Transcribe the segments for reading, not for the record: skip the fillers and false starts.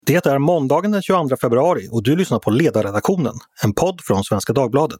Det är måndagen den 22 februari och du lyssnar på Ledarredaktionen, en podd från Svenska Dagbladet.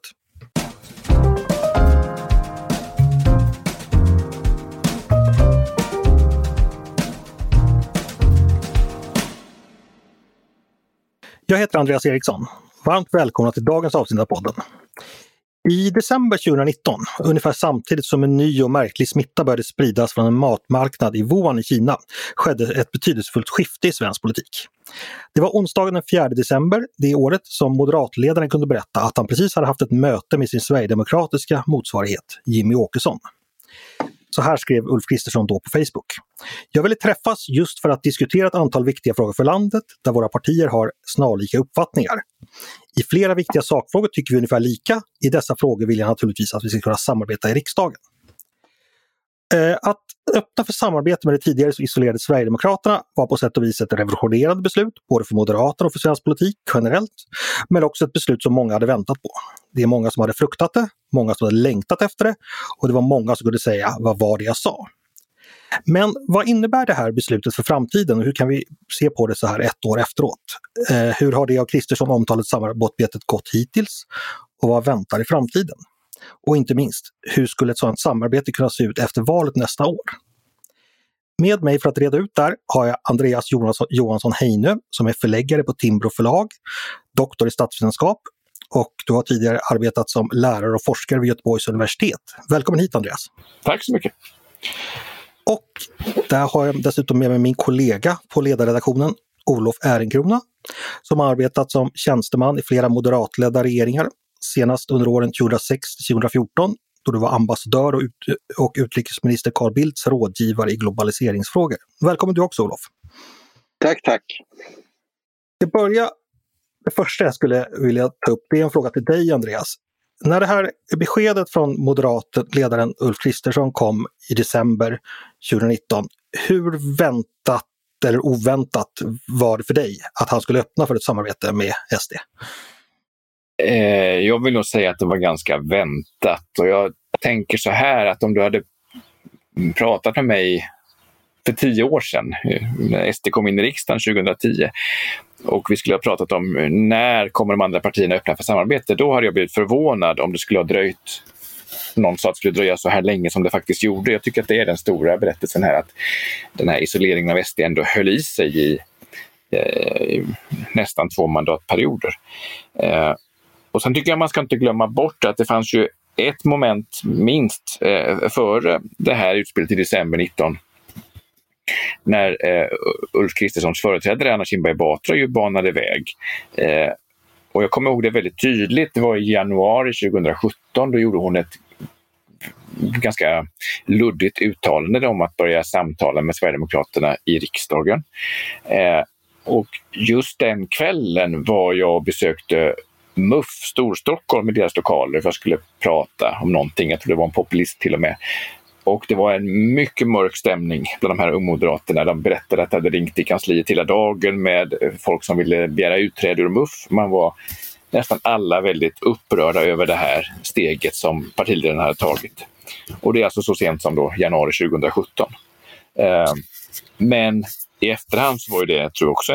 Jag heter Andreas Eriksson. Varmt välkomna till dagens avsnitt av podden. I december 2019, ungefär samtidigt som en ny och märklig smitta började spridas från en matmarknad i Wuhan i Kina, skedde ett betydelsefullt skifte i svensk politik. Det var onsdagen den 4 december det året som moderatledaren kunde berätta att han precis hade haft ett möte med sin sverigedemokratiska motsvarighet, Jimmy Åkesson. Så här skrev Ulf Kristersson då på Facebook. Jag ville träffas just för att diskutera ett antal viktiga frågor för landet där våra partier har snarlika uppfattningar. I flera viktiga sakfrågor tycker vi ungefär lika. I dessa frågor vill jag naturligtvis att vi ska kunna samarbeta i riksdagen. Att öppna för samarbete med de tidigare så isolerade Sverigedemokraterna var på sätt och vis ett revolutionerande beslut, både för Moderaterna och för svensk politik generellt, men också ett beslut som många hade väntat på. Det är många som hade fruktat det, många som hade längtat efter det och det var många som kunde säga vad var det jag sa. Men vad innebär det här beslutet för framtiden och hur kan vi se på det så här ett år efteråt? Hur har det av Kristersson omtalet samarbetet gått hittills och vad väntar i framtiden? Och inte minst, hur skulle ett sådant samarbete kunna se ut efter valet nästa år? Med mig för att reda ut där har jag Andreas Johansson Heinö som är förläggare på Timbro förlag, doktor i statsvetenskap och du har tidigare arbetat som lärare och forskare vid Göteborgs universitet. Välkommen hit Andreas. Tack så mycket. Och där har jag dessutom med mig min kollega på ledarredaktionen, Olof Ehrenkrona, som har arbetat som tjänsteman i flera moderatledda regeringar, senast under åren 2006-2014 då du var ambassadör och utrikesminister Carl Bildts rådgivare i globaliseringsfrågor. Välkommen du också Olof. Tack. Det första jag skulle vilja ta upp det är en fråga till dig Andreas. När det här beskedet från moderatledaren Ulf Kristersson kom i december 2019, hur väntat eller oväntat var det för dig att han skulle öppna för ett samarbete med SD? Jag vill nog säga att det var ganska väntat och jag tänker så här att om du hade pratat med mig för 10 år sedan, när SD kom in i riksdagen 2010 och vi skulle ha pratat om när kommer de andra partierna öppna för samarbete, då hade jag blivit förvånad om det skulle ha dröjt, någon sa att det skulle dröja så här länge som det faktiskt gjorde. Jag tycker att det är den stora berättelsen här, att den här isoleringen av SD ändå höll i sig i nästan 2 mandatperioder. Och sen tycker jag man ska inte glömma bort att det fanns ju ett moment minst före det här utspelet i december 19 när Ulf Kristerssons företrädare Anna Kinberg Batra ju banade väg. Och jag kommer ihåg det väldigt tydligt, det var i januari 2017, då gjorde hon ett ganska luddigt uttalande om att börja samtala med Sverigedemokraterna i riksdagen. Och just den kvällen var jag och besökte MUF Storstockholm i deras lokaler för jag skulle prata om någonting, jag tror det var en populist till och med. Och det var en mycket mörk stämning bland de här ungmoderaterna. De berättade att de hade ringt i kansliet hela dagen med folk som ville begära utträde ur MUF. Man var nästan alla väldigt upprörda över det här steget som partiledaren hade tagit. Och det är alltså så sent som då januari 2017. Men i efterhand så var det, tror jag också,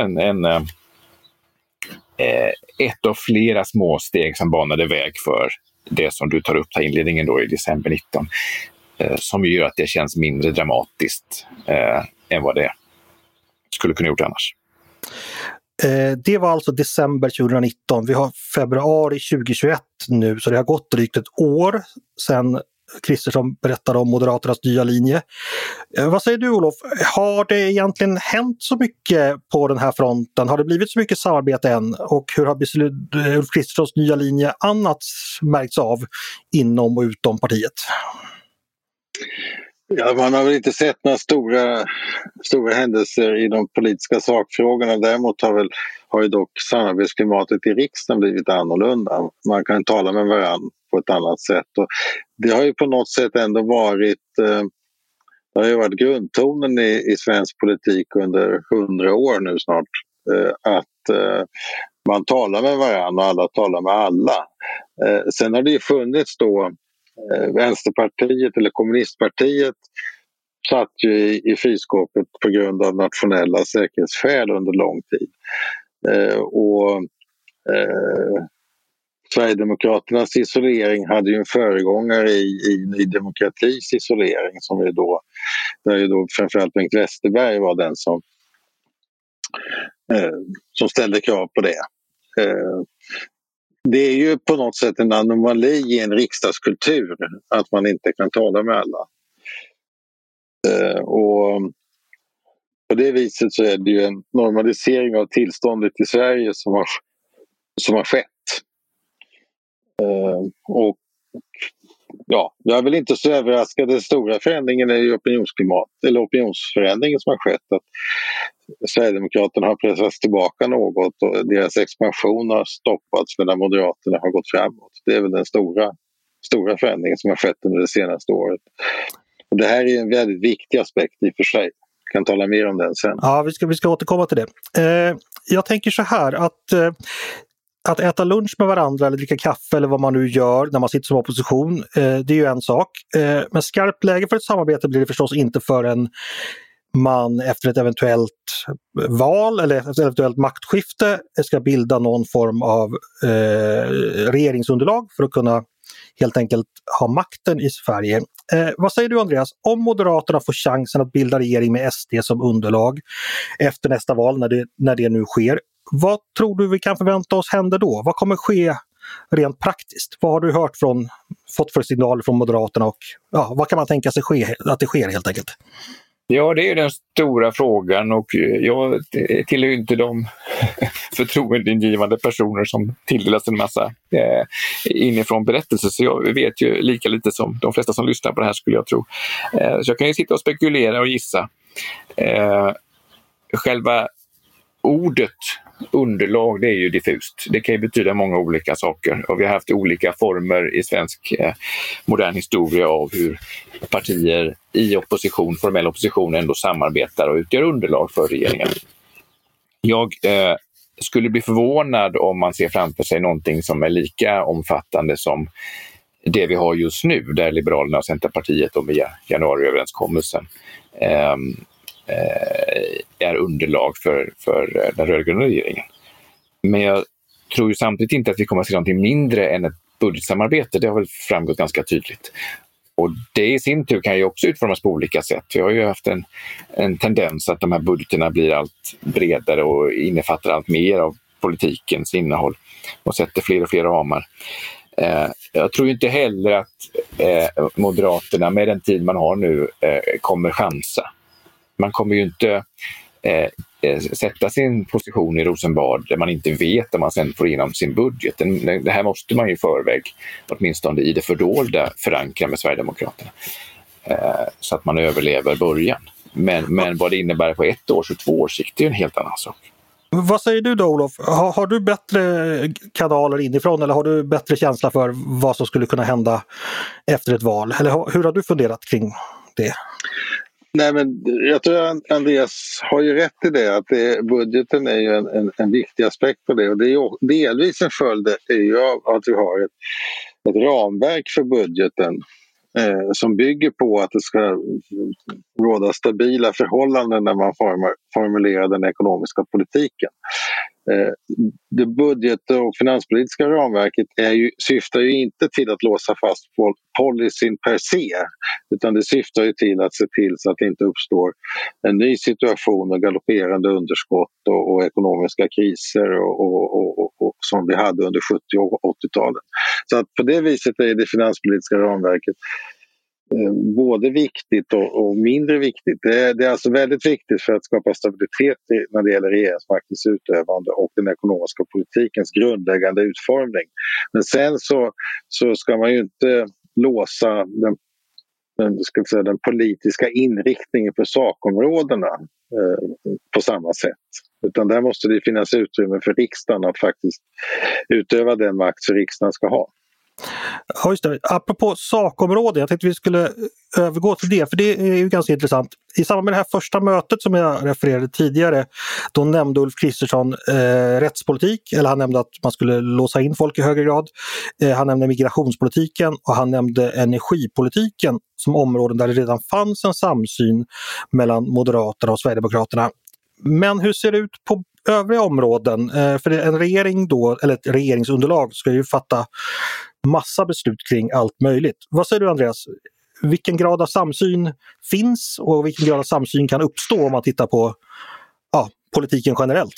ett av flera små steg som banade väg för det som du tar upp här inledningen då i december 19. Som gör att det känns mindre dramatiskt än vad det skulle kunna gjort annars. Det var alltså december 2019. Vi har februari 2021 nu, så det har gått drygt ett år sedan Kristersson berättade om Moderaternas nya linje. Vad säger du Olof? Har det egentligen hänt så mycket på den här fronten? Har det blivit så mycket samarbete än? Och hur har Ulf Kristerssons nya linje annat märkts av inom och utom partiet? Ja, man har väl inte sett några stora händelser i de politiska sakfrågorna. Däremot har ju dock samarbetsklimatet i riksdagen blivit annorlunda. Man kan tala med varandra på ett annat sätt. Och det har ju på något sätt ändå varit grundtonen i svensk politik under 100 år nu snart. Att man talar med varandra och alla talar med alla. Sen har det ju funnits då Vänsterpartiet eller kommunistpartiet satt ju i frysskåpet på grund av nationella säkerhetsskäl under lång tid. Sverigedemokraternas isolering hade ju en föregångare i Ny Demokratis isolering där ju då framförallt Bengt Westerberg var den som ställde krav på det. Det är ju på något sätt en anomali i en riksdagskultur att man inte kan tala med alla. Och på det viset så är det ju en normalisering av tillståndet i Sverige som har skett. Och ja, jag är väl inte så överraskad. Den stora förändringen är ju opinionsförändringen som har skett. Att Sverigedemokraterna har pressats tillbaka något och deras expansion har stoppats medan Moderaterna har gått framåt. Det är väl den stora förändringen som har skett under det senaste året. Och det här är en väldigt viktig aspekt i och för sig. Jag kan tala mer om den sen. Ja, vi ska återkomma till det. Jag tänker så här att äta lunch med varandra eller dricka kaffe eller vad man nu gör när man sitter som opposition, det är ju en sak. Men skarpt läge för ett samarbete blir det förstås inte förrän man efter ett eventuellt val eller ett eventuellt maktskifte ska bilda någon form av regeringsunderlag för att kunna helt enkelt ha makten i Sverige. Vad säger du, Andreas? Om Moderaterna får chansen att bilda regering med SD som underlag efter nästa val när det nu sker, vad tror du vi kan förvänta oss händer då? Vad kommer ske rent praktiskt? Vad har du fått för signaler från Moderaterna och vad kan man tänka sig att det sker helt enkelt? Ja, det är den stora frågan och jag tillhör inte de förtroendeingivande personer som tilldelas en massa inifrån berättelser, så jag vet ju lika lite som de flesta som lyssnar på det här, skulle jag tro. Så jag kan ju sitta och spekulera och gissa. Själva ordet underlag, det är ju diffust. Det kan ju betyda många olika saker och vi har haft olika former i svensk modern historia av hur partier i formell opposition ändå samarbetar och utgör underlag för regeringen. Jag skulle bli förvånad om man ser framför sig någonting som är lika omfattande som det vi har just nu, där Liberalerna och Centerpartiet och via januariöverenskommelsen är underlag för den rödgröna regeringen. Men jag tror ju samtidigt inte att vi kommer att se någonting mindre än ett budgetsamarbete. Det har väl framgått ganska tydligt. Och det i sin tur kan ju också utformas på olika sätt. Vi har ju haft en tendens att de här budgeterna blir allt bredare och innefattar allt mer av politikens innehåll och sätter fler och fler ramar. Jag tror inte heller att Moderaterna med den tid man har nu kommer chansa. Man kommer ju inte sätta sin position i Rosenbad där man inte vet om man sen får igenom sin budget. Det här måste man ju i förväg, åtminstone i det fördolda, förankra med Sverigedemokraterna. Så att man överlever början. Men vad det innebär på 1 års och 2 års sikt är en helt annan sak. Vad säger du då, Olof? Har du bättre kanaler inifrån eller har du bättre känsla för vad som skulle kunna hända efter ett val? Eller hur har du funderat kring det? Nej, men jag tror Andreas har ju rätt i det, att budgeten är ju en viktig aspekt på det, och det är ju delvis en följd är ju att vi har ett ramverk för budgeten som bygger på att det ska råda stabila förhållanden när man formulerar den ekonomiska politiken. Det budget- och finanspolitiska ramverket syftar ju inte till att låsa fast policyn per se, utan det syftar ju till att se till så att det inte uppstår en ny situation med galopperande underskott och ekonomiska kriser och som vi hade under 70- och 80-talen. Så att på det viset är det finanspolitiska ramverket både viktigt och mindre viktigt. Det är alltså väldigt viktigt för att skapa stabilitet när det gäller regeringsmaktens utövande och den ekonomiska politikens grundläggande utformning. Men sen så ska man ju inte låsa den politiska inriktningen på sakområdena på samma sätt. Utan där måste det finnas utrymme för riksdagen att faktiskt utöva den makt som riksdagen ska ha. Ja, just det. Apropå sakområden, jag tänkte vi skulle övergå till det, för det är ju ganska intressant. I samband med det här första mötet som jag refererade tidigare, då nämnde Ulf Kristersson rättspolitik, eller han nämnde att man skulle låsa in folk i högre grad. Han nämnde migrationspolitiken och han nämnde energipolitiken som områden där det redan fanns en samsyn mellan Moderaterna och Sverigedemokraterna. Men hur ser det ut på övriga områden? För en regering då, eller ett regeringsunderlag, ska ju fatta massa beslut kring allt möjligt. Vad säger du, Andreas? Vilken grad av samsyn finns och vilken grad av samsyn kan uppstå om man tittar på politiken generellt?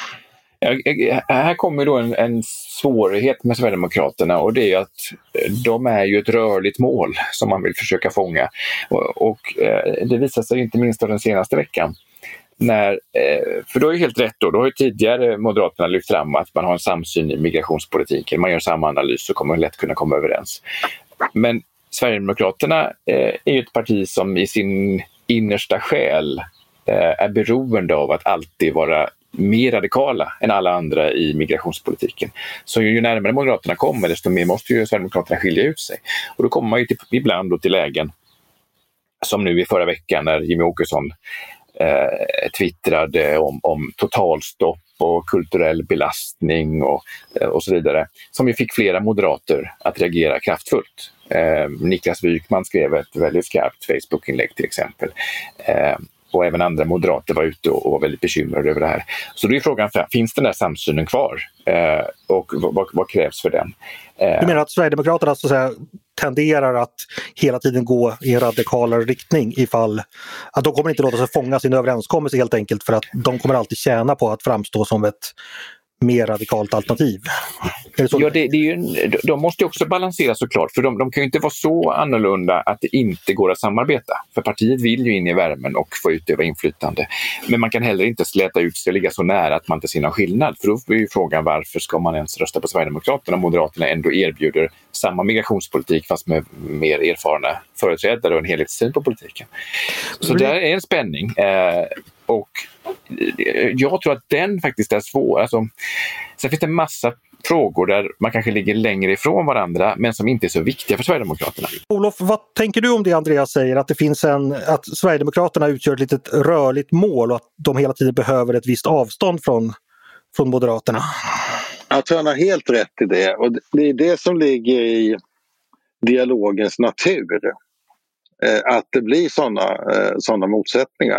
Här kommer då en svårighet med Sverigedemokraterna, och det är att de är ju ett rörligt mål som man vill försöka fånga. Och det visar sig inte minst av den senaste veckan. För då är det helt rätt då har ju tidigare Moderaterna lyft fram att man har en samsyn i migrationspolitiken, man gör samma analys och kommer lätt kunna komma överens. Men Sverigedemokraterna är ju ett parti som i sin innersta själ är beroende av att alltid vara mer radikala än alla andra i migrationspolitiken. Så ju närmare Moderaterna kommer, desto mer måste ju Sverigedemokraterna skilja ut sig. Och då kommer man ju ibland då till lägen som nu i förra veckan när Jimmie Åkesson twittrade om totalstopp och kulturell belastning och så vidare, som ju fick flera moderater att reagera kraftfullt. Niklas Wykman skrev ett väldigt skarpt Facebook-inlägg till exempel. Och även andra moderater var ute och var väldigt bekymrade över det här. Så då är frågan, finns den där samsynen kvar? Och vad krävs för den? Du menar att Sverigedemokraterna så att säga tenderar att hela tiden gå i en radikalare riktning ifall att de kommer inte låta sig fånga sin överenskommelse helt enkelt för att de kommer alltid tjäna på att framstå som ett mer radikalt alternativ? Ja, det är ju, de måste ju också balansera såklart, för de kan ju inte vara så annorlunda att det inte går att samarbeta. För partiet vill ju in i värmen och få utöva inflytande. Men man kan heller inte släta ut sig och ligga så nära att man inte ser någon skillnad. För då är ju frågan, varför ska man ens rösta på Sverigedemokraterna om Moderaterna ändå erbjuder samma migrationspolitik fast med mer erfarna företrädare och en helhetssyn på politiken. Så det är en spänning. Och jag tror att den faktiskt är svår. Alltså, sen finns det en massa frågor där man kanske ligger längre ifrån varandra men som inte är så viktiga för Sverigedemokraterna. Olof, vad tänker du om det Andreas säger? Att det finns att Sverigedemokraterna utgör ett litet rörligt mål och att de hela tiden behöver ett visst avstånd från Moderaterna? Jag tror han har helt rätt i det, och det är det som ligger i dialogens natur. Att det blir såna motsättningar.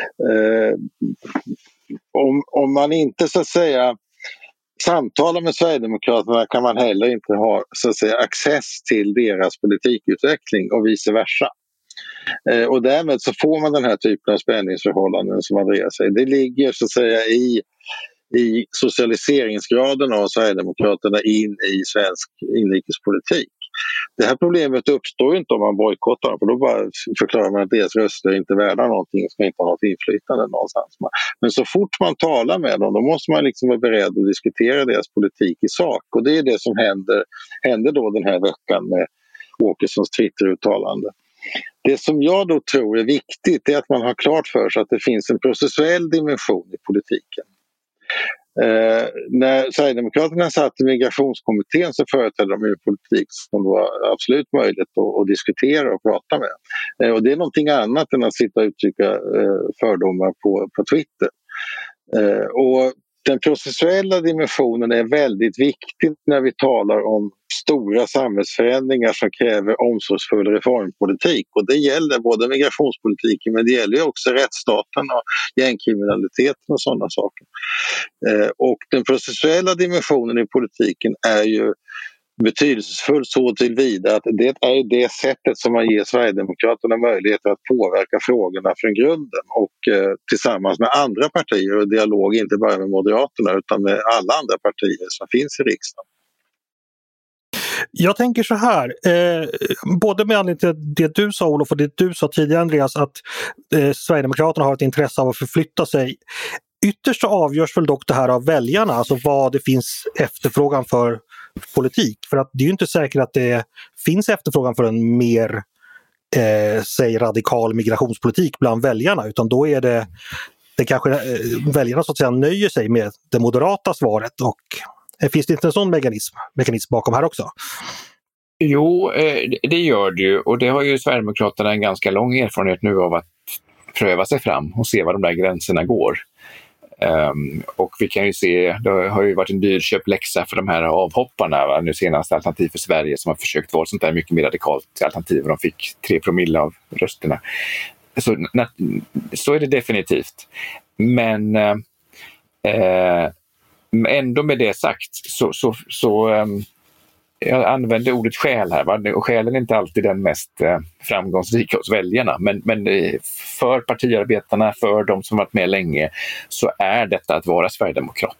Om man inte så att säga samtalar med Sverigedemokraterna kan man heller inte ha så att säga access till deras politikutveckling och vice versa. Och därmed så får man den här typen av spänningsförhållanden som Andreas säger. Det ligger så att säga i socialiseringsgraden av Sverigedemokraterna in i svensk inrikespolitik. Det här problemet uppstår inte om man bojkottar dem, för då bara förklarar man att deras röster är inte värda någonting och ska inte ha något inflytande någonstans. Men så fort man talar med dem, då måste man liksom vara beredd att diskutera deras politik i sak, och det är det som händer då den här veckan med Åkessons Twitter-uttalande. Det som jag då tror är viktigt är att man har klart för sig att det finns en processuell dimension i politiken. När Sverigedemokraterna satt i migrationskommittén så företrädde de en politik som var absolut möjligt att diskutera och prata med. Och det är någonting annat än att sitta och uttrycka fördomar på Twitter. Och den processuella dimensionen är väldigt viktig när vi talar om stora samhällsförändringar som kräver omsorgsfull reformpolitik. Och det gäller både migrationspolitiken, men det gäller ju också rättsstaten och gängkriminaliteten och sådana saker. Och den processuella dimensionen i politiken är ju betydelsefull så tillvida att det är det sättet som man ger Sverigedemokraterna möjligheter att påverka frågorna från grunden och tillsammans med andra partier och dialog, inte bara med Moderaterna utan med alla andra partier som finns i riksdagen. Jag tänker så här, både med anledning till det du sa Olof och det du sa tidigare Andreas, att Sverigedemokraterna har ett intresse av att förflytta sig. Ytterst så avgörs väl dock det här av väljarna, alltså vad det finns efterfrågan för politik. För att det är ju inte säkert att det finns efterfrågan för en mer radikal migrationspolitik bland väljarna, utan då är det kanske väljarna så att säga nöjer sig med det moderata svaret, och finns det inte en sån mekanism bakom här också? Jo, det gör det ju, och det har ju Sverigedemokraterna en ganska lång erfarenhet nu av att pröva sig fram och se var de där gränserna går. Och vi kan ju se, det har ju varit en dyrköpt läxa för de här avhopparna, nu senast Alternativ för Sverige, som har försökt vara sånt där mycket mer radikalt alternativ, och de fick 3% av rösterna. Så är det definitivt. Men ändå med det sagt så jag använder ordet skäl här, va? Och skälen är inte alltid den mest framgångsrika hos väljarna, men för partiarbetarna, för de som varit med länge, så är detta att vara sverigedemokrat.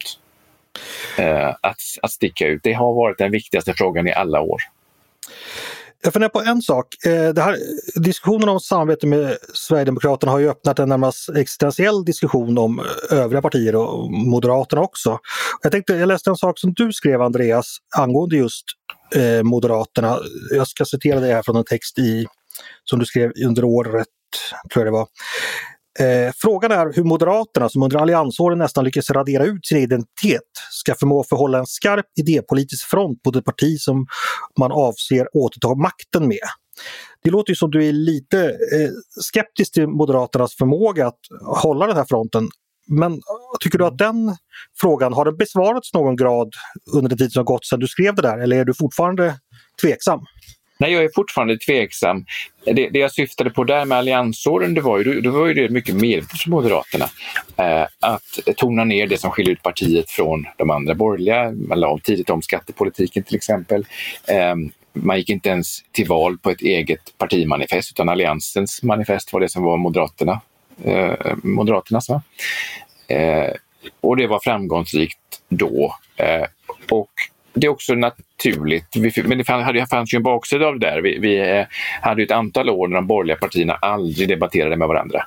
Att sticka ut, det har varit den viktigaste frågan i alla år. Jag funderar på en sak. Diskussionen om samarbete med Sverigedemokraterna har ju öppnat en närmast existentiell diskussion om övriga partier och Moderaterna också. Jag läste en sak som du skrev, Andreas, angående just Moderaterna. Jag ska citera det här från en text som du skrev under året, tror jag det var. Frågan är hur Moderaterna, som under alliansåren nästan lyckades radera ut sin identitet, ska förmå förhålla en skarp idépolitisk front mot ett parti som man avser återta makten med. Det låter ju som du är lite skeptisk till Moderaternas förmåga att hålla den här fronten. Men tycker du att den frågan har den besvarats någon grad under den tid som har gått sedan du skrev det där, eller är du fortfarande tveksam? Nej, jag är fortfarande tveksam. Det jag syftade på där med alliansåren, det var ju det mycket medvetet för Moderaterna. Att tona ner det som skiljer ut partiet från de andra borgerliga. Man la tidigt om skattepolitiken till exempel. Man gick inte ens till val på ett eget partimanifest, utan alliansens manifest var det som var Moderaternas. Va? Och det var framgångsrikt då. Och det är också naturligt, men det fanns ju en baksida av det där. Vi hade ju ett antal år när de borgerliga partierna aldrig debatterade med varandra.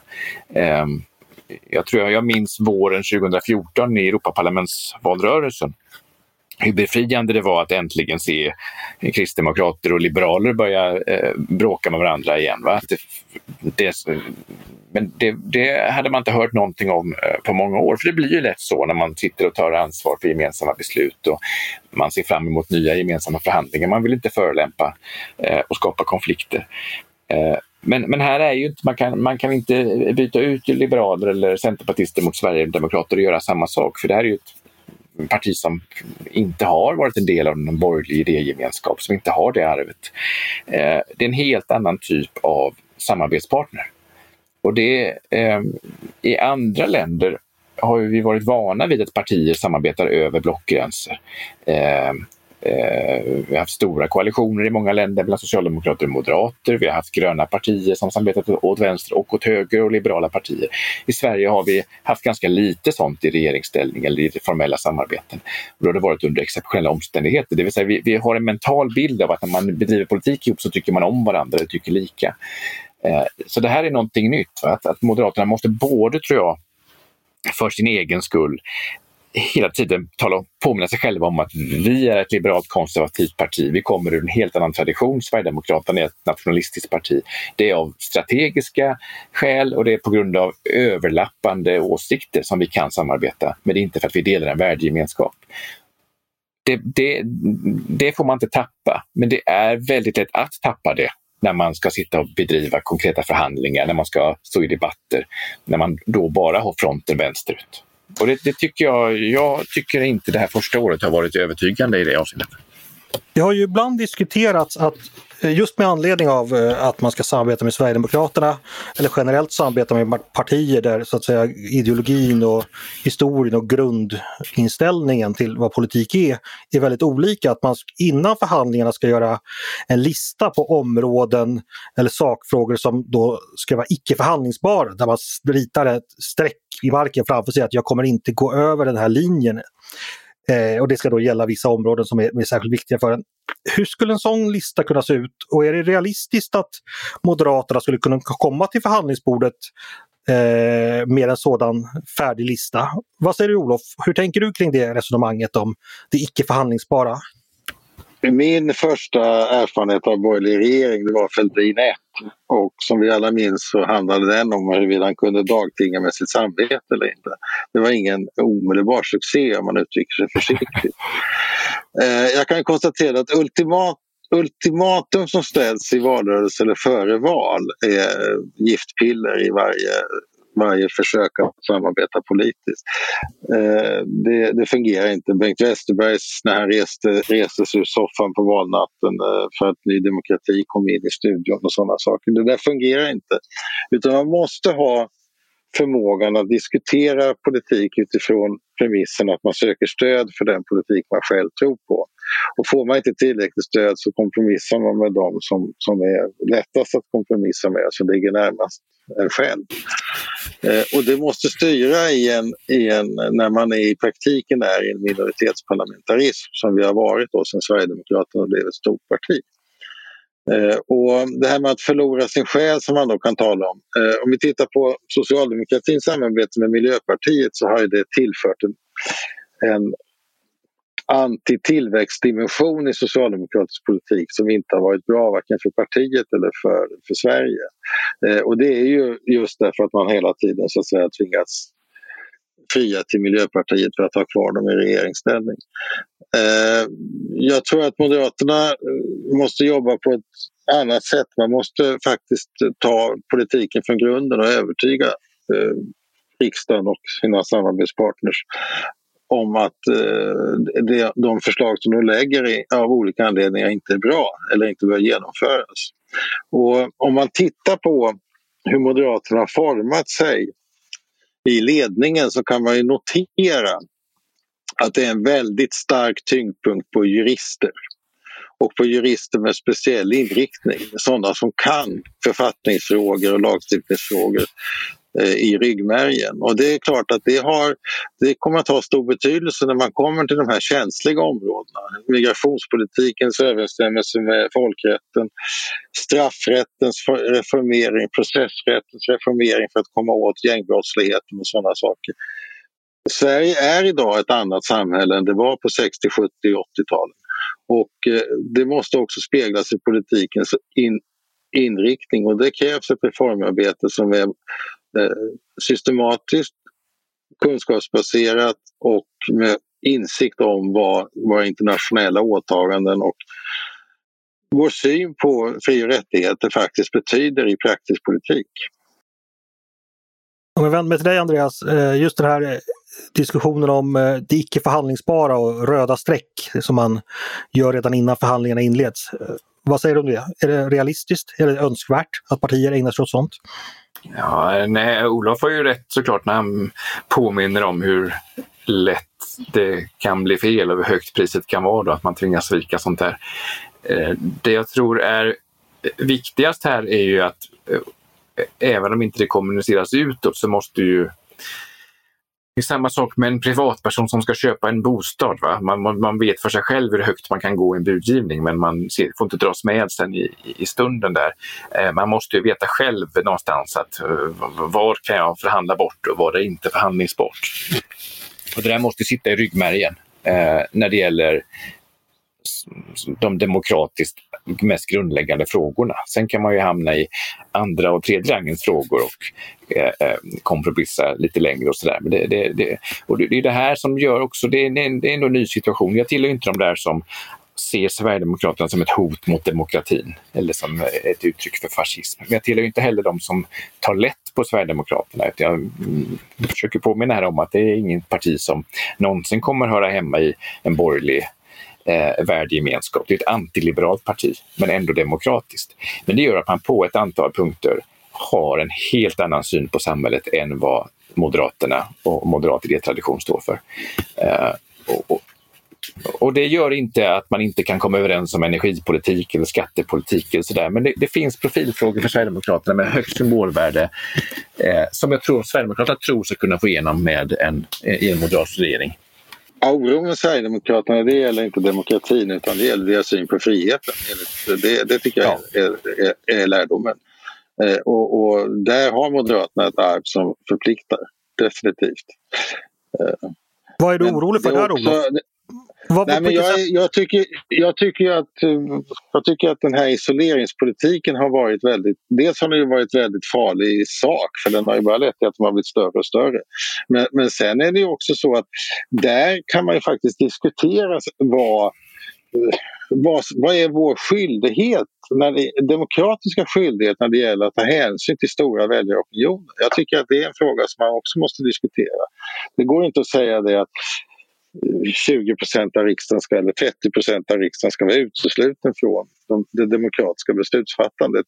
Jag minns våren 2014 i Europaparlamentsvalrörelsen. Hur befriande det var att äntligen se kristdemokrater och liberaler börja bråka med varandra igen. Va? Men det hade man inte hört någonting om på många år. För det blir ju lätt så när man sitter och tar ansvar för gemensamma beslut och man ser fram emot nya gemensamma förhandlingar. Man vill inte förolämpa och skapa konflikter. Men här är ju inte, man kan inte byta ut liberaler eller centerpartister mot Sverigedemokrater och göra samma sak. För det här är ju ett parti som inte har varit en del av en borgerlig idégemenskap, som inte har det arvet. Det är en helt annan typ av samarbetspartner. Och i andra länder har vi varit vana vid att partier samarbetar över blockgränser. Vi har haft stora koalitioner i många länder mellan socialdemokrater och moderater. Vi har haft gröna partier som samarbetat åt vänster och åt höger, och liberala partier. I Sverige har vi haft ganska lite sånt i regeringsställning eller i formella samarbeten. Och då har det varit under exceptionella omständigheter. Det vill säga vi har en mental bild av att när man bedriver politik ihop så tycker man om varandra och tycker lika. Så det här är någonting nytt. Att Moderaterna måste både, tror jag, för sin egen skull hela tiden påminna sig själva om att vi är ett liberalt konservativt parti. Vi kommer ur en helt annan tradition. Sverigedemokraterna är ett nationalistiskt parti. Det är av strategiska skäl och det är på grund av överlappande åsikter som vi kan samarbeta. Men det är inte för att vi delar en värdegemenskap. Det får man inte tappa. Men det är väldigt lätt att tappa det när man ska sitta och bedriva konkreta förhandlingar, när man ska stå i debatter, när man då bara har fronten vänsterut. Och det tycker jag tycker inte det här första året har varit övertygande i det avseendet. Det har ju ibland diskuterats att just med anledning av att man ska samarbeta med Sverigedemokraterna eller generellt samarbeta med partier där så att säga ideologin och historien och grundinställningen till vad politik är väldigt olika. Att man innan förhandlingarna ska göra en lista på områden eller sakfrågor som då ska vara icke förhandlingsbara, där man ritar ett streck i marken framför sig att jag kommer inte gå över den här linjen. Och det ska då gälla vissa områden som är särskilt viktiga för en. Hur skulle en sån lista kunna se ut? Och är det realistiskt att Moderaterna skulle kunna komma till förhandlingsbordet med en sådan färdig lista? Vad säger du, Olof? Hur tänker du kring det resonemanget om det icke förhandlingsbara? Min första erfarenhet av borgerlig regering, det var Fälldin 1. Och som vi alla minns så handlade den om huruvida han kunde dagtinga med sitt samvete eller inte. Det var ingen omedelbar succé om man uttrycker sig försiktigt. Jag kan konstatera att ultimat ultimatum som ställs i valrörelse eller före val är giftpiller i varje försök att samarbeta politiskt. Det fungerar inte. Bengt Westerberg, när han reste sig ur soffan på valnatten för att Ny Demokrati kom in i studion och sådana saker. Det där fungerar inte. Utan man måste ha förmågan att diskutera politik utifrån premissen att man söker stöd för den politik man själv tror på. Och får man inte tillräckligt stöd så kompromissar man med dem som är lättast att kompromissa med, som ligger närmast en själv. Och det måste styra när man är i praktiken är i en minoritetsparlamentarism som vi har varit då sedan Sverigedemokraterna blev ett stort parti. Och det här med att förlora sin själ som man då kan tala om. Om vi tittar på socialdemokratins samarbete med Miljöpartiet så har ju det tillfört en anti-tillväxtdimension i socialdemokratisk politik som inte har varit bra varken för partiet eller för Sverige. Och det är ju just därför att man hela tiden så att säga tvingats fria till Miljöpartiet för att ha kvar dem i regeringsställning. Jag tror att Moderaterna måste jobba på ett annat sätt. Man måste faktiskt ta politiken från grunden och övertyga riksdagen och sina samarbetspartners om att de förslag som de lägger av olika anledningar inte är bra eller inte bör genomföras. Och om man tittar på hur Moderaterna har format sig i ledningen så kan man ju notera att det är en väldigt stark tyngdpunkt på jurister och på jurister med speciell inriktning, sådana som kan författningsfrågor och lagstiftningsfrågor i ryggmärgen. Och det är klart att det kommer att ha stor betydelse när man kommer till de här känsliga områdena. Migrationspolitikens överensstämmelse med folkrätten, straffrättens reformering, processrättens reformering för att komma åt gängbrottsligheten och sådana saker. Sverige är idag ett annat samhälle än det var på 60, 70, 80-talen. Och det måste också speglas i politikens inriktning och det krävs ett reformarbete som är systematiskt, kunskapsbaserat och med insikt om vad våra internationella åtaganden och vår syn på fri- och rättigheter faktiskt betyder i praktisk politik. Om jag vänder mig till dig Andreas, just den här diskussionen om det icke förhandlingsbara och röda streck som man gör redan innan förhandlingarna inleds. Vad säger du om det? Är det realistiskt? Är det önskvärt att partier ägnar sig åt sånt? Ja, nej, Olof har ju rätt såklart när han påminner om hur lätt det kan bli fel och hur högt priset kan vara då, att man tvingas svika sånt där. Det jag tror är viktigast här är ju att även om inte det kommuniceras utåt så måste ju det är samma sak med en privatperson som ska köpa en bostad. Va? Man vet för sig själv hur högt man kan gå i en budgivning men man får inte dras med sen i stunden där. Man måste ju veta själv någonstans att var kan jag förhandla bort och var är inte förhandlingsbart. Och det där måste sitta i ryggmärgen när det gäller de demokratiskt mest grundläggande frågorna. Sen kan man ju hamna i andra och tredje rangens frågor och kompromissa lite längre och sådär. Men det är det här som gör också, det är ändå en ny situation. Jag tillhör inte de där som ser Sverigedemokraterna som ett hot mot demokratin eller som ett uttryck för fascism. Men jag tillhör inte heller de som tar lätt på Sverigedemokraterna. Jag försöker påminna här om att det är inget parti som någonsin kommer höra hemma i en borgerlig värdegemenskap. Det är ett antiliberalt parti men ändå demokratiskt. Men det gör att man på ett antal punkter har en helt annan syn på samhället än vad Moderaterna och moderat idétradition står för. Och det gör inte att man inte kan komma överens om energipolitik eller skattepolitik eller sådär. Men det finns profilfrågor för Sverigedemokraterna med högt symbolvärde som jag tror Sverigedemokraterna tror sig kunna få igenom i en moderat regering. Oron med Sverigedemokraterna, det gäller inte demokratin utan det gäller deras syn på friheten. Det tycker jag är lärdomen. Och där har Moderaterna ett arv som förpliktar, definitivt. Vad är du orolig för där, Olof? Jag tycker att den här isoleringspolitiken har varit dels har den ju varit väldigt farlig i sak för den har ju bara lett till att de har blivit större och större. Men sen är det ju också så att där kan man ju faktiskt diskutera vad vad är vår skyldighet, demokratiska skyldighet när det gäller att ta hänsyn till stora väljaropinioner? Jag tycker att det är en fråga som man också måste diskutera. Det går inte att säga det att 20% av riksdagen eller 30% av riksdagen ska vara utesluten från det demokratiska beslutsfattandet.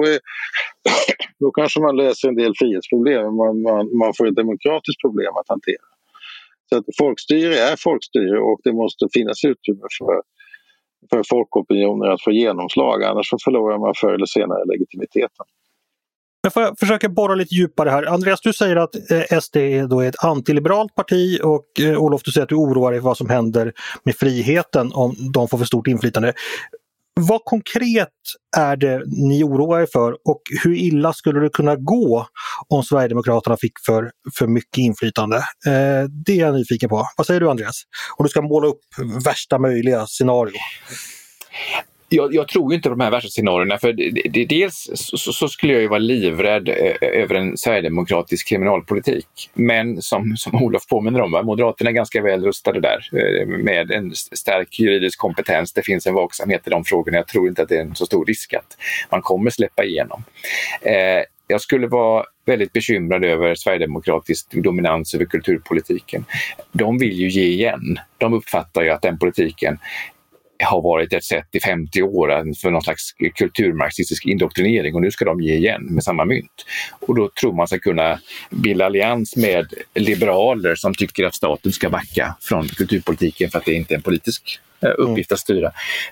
Då kanske man löser en del frihetsproblem, man får ett demokratiskt problem att hantera. Så att folkstyre är folkstyre, och det måste finnas utrymme för folkopinioner att få genomslag, annars så förlorar man förr eller senare legitimiteten. Jag får försöka borra lite djupare här. Andreas, du säger att SD är ett antiliberalt parti, och Olof, du säger att du oroar dig för vad som händer med friheten om de får för stort inflytande. Vad konkret är det ni oroar er för, och hur illa skulle det kunna gå om Sverigedemokraterna fick för mycket inflytande? Det är jag nyfiken på. Vad säger du, Andreas? Om du ska måla upp värsta möjliga scenario. Jag tror inte på de här värsta scenarierna, för dels så skulle jag ju vara livrädd över en sverigedemokratisk kriminalpolitik. Men som Olof påminner om, Moderaterna är ganska väl rustade där med en stark juridisk kompetens. Det finns en vaksamhet i de frågorna. Jag tror inte att det är en så stor risk att man kommer släppa igenom. Jag skulle vara väldigt bekymrad över sverigedemokratisk dominans över kulturpolitiken. De vill ju ge igen. De uppfattar ju att den politiken har varit ett sätt i 50 år för någon slags kulturmarxistisk indoktrinering, och nu ska de ge igen med samma mynt. Och då tror man sig kunna bilda allians med liberaler som tycker att staten ska backa från kulturpolitiken för att det inte är en politisk uppgift att styra.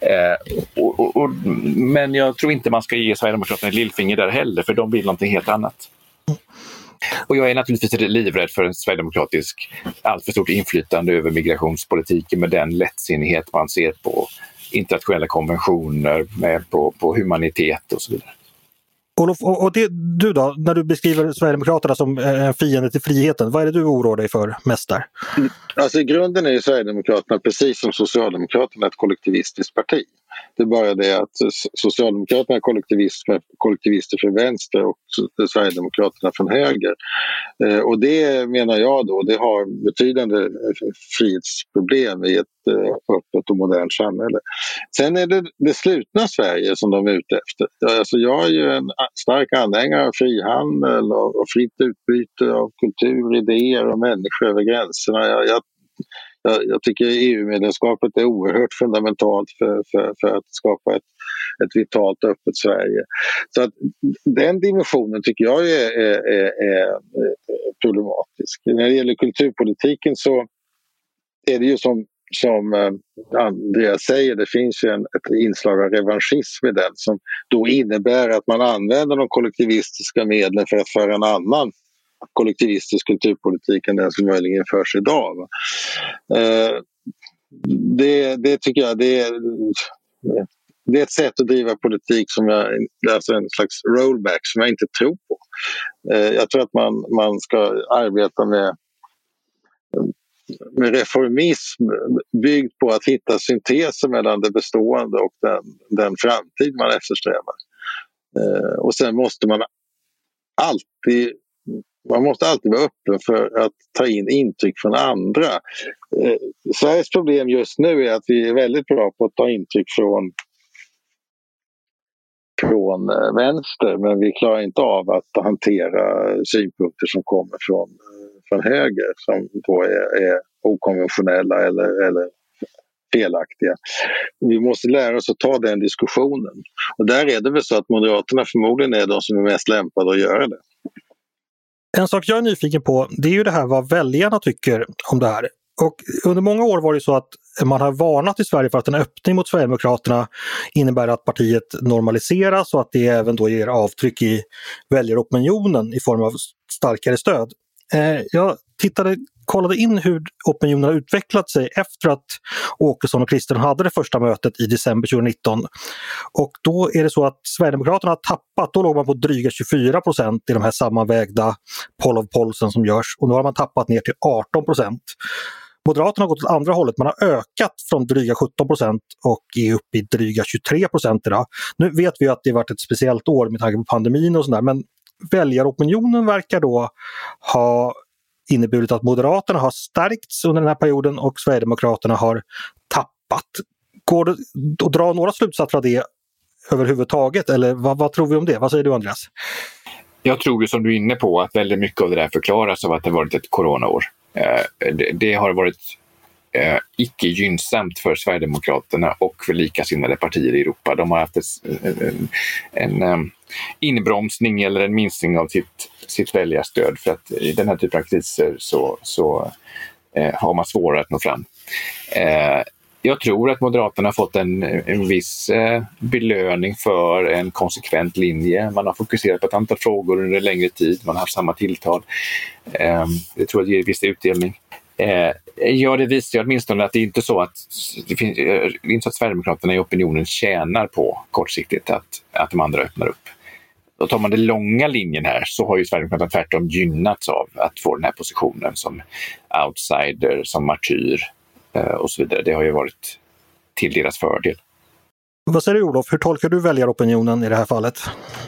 Men jag tror inte man ska ge Sverigedemokraterna ett lillfinger där heller, för de vill någonting helt annat. Och jag är naturligtvis livrädd för en sverigedemokratisk allt för stort inflytande över migrationspolitiken med den lättsinnighet man ser på internationella konventioner, på humanitet och så vidare. Olof, och du då, när du beskriver Sverigedemokraterna som en fiende till friheten, vad är det du oroar dig för mest där? Alltså i grunden är ju Sverigedemokraterna, precis som Socialdemokraterna, ett kollektivistiskt parti. Det är bara det att Socialdemokraterna är kollektivister från vänster och Sverigedemokraterna från höger. Och det menar jag då, det har betydande frihetsproblem i ett öppet och modernt samhälle. Sen är det slutna Sverige som de är ute efter. Alltså jag är ju en stark anhängare av frihandel och fritt utbyte av kultur, idéer och människor över gränserna. Jag tycker EU-medlemskapet är oerhört fundamentalt för att skapa ett vitalt och öppet Sverige. Så att den dimensionen tycker jag är problematisk. När det gäller kulturpolitiken så är det ju som Andreas säger, det finns ju ett inslag av revanschism i den som då innebär att man använder de kollektivistiska medlen för att föra en annan kollektivistisk kulturpolitik än den som möjligen förs idag. Det tycker jag det är ett sätt att driva politik som alltså en slags rollback som jag inte tror på. Jag tror att man ska arbeta med reformism byggd på att hitta synteser mellan det bestående och den framtid man eftersträvar. Och sen måste man måste alltid vara öppen för att ta in intryck från andra. Sveriges problem just nu är att vi är väldigt bra på att ta intryck från vänster, men vi klarar inte av att hantera synpunkter som kommer från höger som då är okonventionella eller felaktiga. Vi måste lära oss att ta den diskussionen. Och där är det väl så att Moderaterna förmodligen är de som är mest lämpade att göra det. En sak jag är nyfiken på, det är ju det här vad väljarna tycker om det här. Och under många år var det så att man har varnat i Sverige för att en öppning mot Sverigedemokraterna innebär att partiet normaliseras och att det även då ger avtryck i väljaropinionen i form av starkare stöd. Jag kollade in hur opinionen har utvecklat sig efter att Åkesson och Kristersson hade det första mötet i december 2019. Och då är det så att Sverigedemokraterna har tappat, då låg man på dryga 24% i de här sammanvägda poll of pollsen som görs, och nu har man tappat ner till 18%. Moderaterna har gått åt andra hållet, man har ökat från dryga 17% och är uppe i dryga 23% idag. Nu vet vi att det har varit ett speciellt år med tanke på pandemin och sådär, men väljaropinionen verkar då ha inneburit att Moderaterna har stärkts under den här perioden och Sverigedemokraterna har tappat. Går det att dra några slutsatser av det överhuvudtaget? Eller vad tror vi om det? Vad säger du, Andreas? Jag tror ju, som du är inne på, att väldigt mycket av det där förklaras av att det varit ett coronaår. Det har varit icke gynnsamt för Sverigedemokraterna och för likasinnade partier i Europa. De har haft en inbromsning eller en minskning av sitt väljarstöd, för att i den här typen av kriser så har man svårare att nå fram. Jag tror att Moderaterna har fått en viss belöning för en konsekvent linje. Man har fokuserat på ett antal frågor under en längre tid. Man har haft samma tilltal. Det tror jag ger viss utdelning. Ja, det visar ju åtminstone att det är inte så att Sverigedemokraterna i opinionen tjänar på kortsiktigt att de andra öppnar upp. Då tar man den långa linjen här, så har ju Sverigedemokraterna tvärtom gynnats av att få den här positionen som outsider, som martyr och så vidare. Det har ju varit till deras fördel. Vad säger du, Olof? Hur tolkar du väljaropinionen i det här fallet?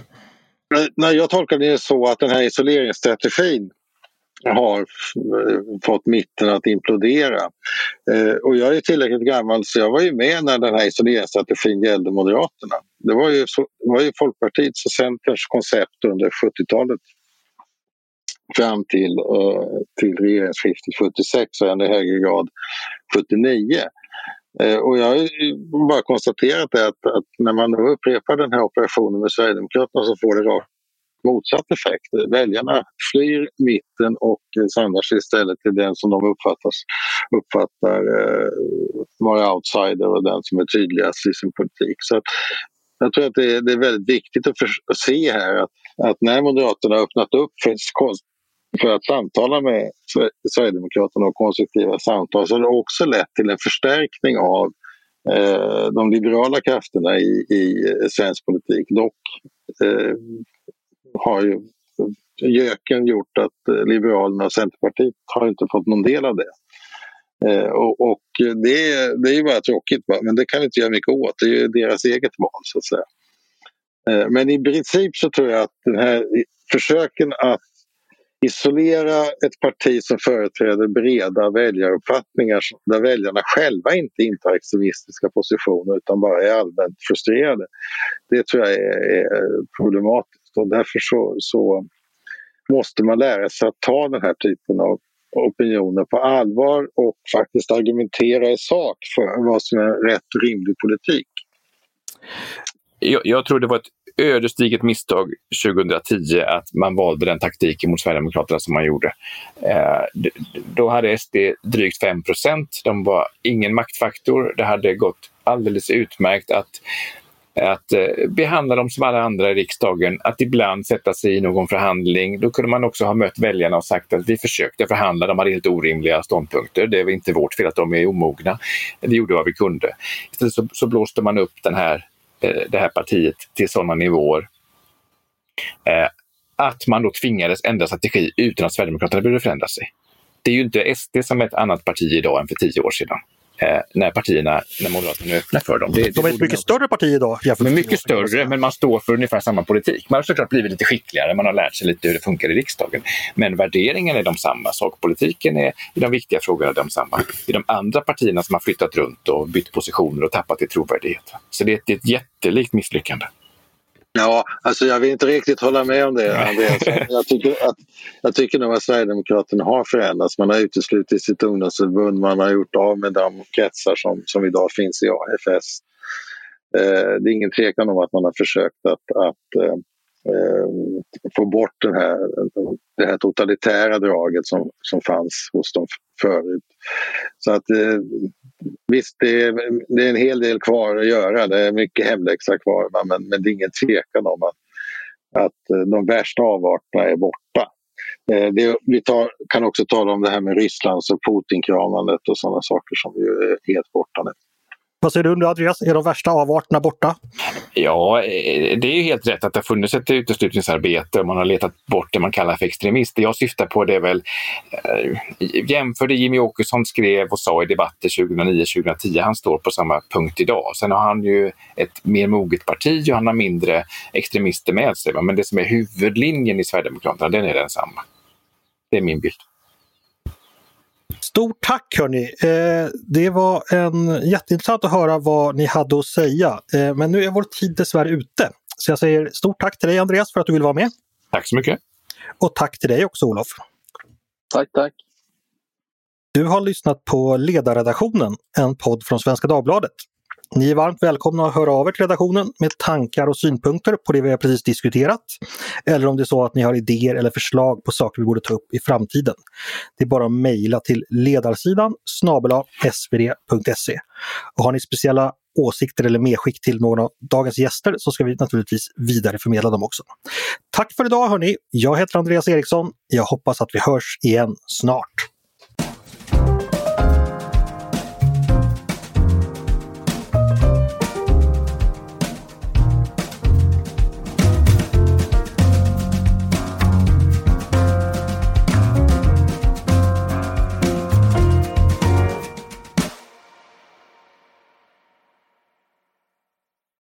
Jag tolkar det så att den här isoleringsstrategin har fått mitten att implodera. Och jag är tillräckligt gammal, så jag var ju med när den här isoleringsstrategin gällde Moderaterna. Det var ju Folkpartiets och Centerns koncept under 70-talet fram till regeringsskiftet 76 och i högre grad 79. Och jag har bara konstaterat att när man upprepar den här operationen med Sverigedemokraterna så får det rakt motsatt effekt. Väljarna flyr mitten och samlar sig istället till den som de uppfattar vara outsider och den som är tydligast i sin politik. Så jag tror att det är väldigt viktigt att se här att när Moderaterna har öppnat upp för att samtala med Sverigedemokraterna och konstruktiva samtal, så har det också lett till en förstärkning av de liberala krafterna i svensk politik. Dock har ju göken gjort att Liberalerna och Centerpartiet har inte fått någon del av det. Och det är ju bara tråkigt, men det kan vi inte göra mycket åt. Det är ju deras eget val, så att säga. Men i princip så tror jag att den här försöken att isolera ett parti som företräder breda väljaruppfattningar där väljarna själva inte intar extremistiska positioner utan bara är allmänt frustrerade, det tror jag är problematiskt. Och därför så måste man lära sig att ta den här typen av opinioner på allvar och faktiskt argumentera i sak för vad som är rätt och rimlig politik. Jag tror det var ett ödesdigert misstag 2010 att man valde den taktiken mot Sverigedemokraterna som man gjorde. Då hade SD drygt 5%. De var ingen maktfaktor. Det hade gått alldeles utmärkt att behandla dem som alla andra i riksdagen, att ibland sätta sig i någon förhandling. Då kunde man också ha mött väljarna och sagt att vi försökte förhandla, de hade helt orimliga ståndpunkter. Det var inte vårt fel att de är omogna. Vi gjorde vad vi kunde. Istället så blåste man upp det här partiet till sådana nivåer att man då tvingades ändra strategi utan att Sverigedemokraterna behövde förändra sig. Det är ju inte SD som är ett annat parti idag än för 10 år sedan. När Moderaterna är öppna för dem. De är ett mycket större parti idag. Men mycket större, men man står för ungefär samma politik. Man har såklart blivit lite skickligare, man har lärt sig lite hur det funkar i riksdagen. Men värderingen är de samma, sakpolitiken är i de viktiga frågorna de samma. I de andra partierna som har flyttat runt och bytt positioner och tappat i trovärdighet. Så det är ett jättelikt misslyckande. Ja, alltså jag vill inte riktigt hålla med om det. Jag tycker nog att Sverigedemokraterna har förändrats. Man har uteslutit sitt ungdomsförbund, man har gjort av med de kretsar som idag finns i AFS. Det är ingen tvekan om att man har försökt att få bort det här totalitära draget som fanns hos dem förut. Så att visst, det är en hel del kvar att göra. Det är mycket hemläxa kvar, men det är ingen tvekan om att de värsta avarterna är borta. Kan också tala om det här med Rysslands och Putin-kramandet och sådana saker som ju är helt borta nu. Vad säger du, Andreas? Är de värsta avarterna borta? Ja, det är ju helt rätt att det har funnits ett uteslutningsarbete och man har letat bort det man kallar för extremister. Jag syftar på det väl, jämför det Jimmy Åkesson skrev och sa i debatter 2009-2010, han står på samma punkt idag. Sen har han ju ett mer moget parti och han har mindre extremister med sig. Men det som är huvudlinjen i Sverigedemokraterna, den är densamma. Det är min bild. Stort tack hörni! Det var jätteintressant att höra vad ni hade att säga. Men nu är vår tid dessvärre ute. Så jag säger stort tack till dig Andreas för att du vill vara med. Tack så mycket! Och tack till dig också Olof. Tack. Du har lyssnat på Ledarredaktionen, en podd från Svenska Dagbladet. Ni är varmt välkomna att höra av er till redaktionen med tankar och synpunkter på det vi har precis diskuterat. Eller om det är så att ni har idéer eller förslag på saker vi borde ta upp i framtiden. Det är bara att mejla till ledarsidan @svd.se. Och har ni speciella åsikter eller medskick till någon av dagens gäster så ska vi naturligtvis vidareförmedla dem också. Tack för idag hörni, jag heter Andreas Eriksson. Jag hoppas att vi hörs igen snart.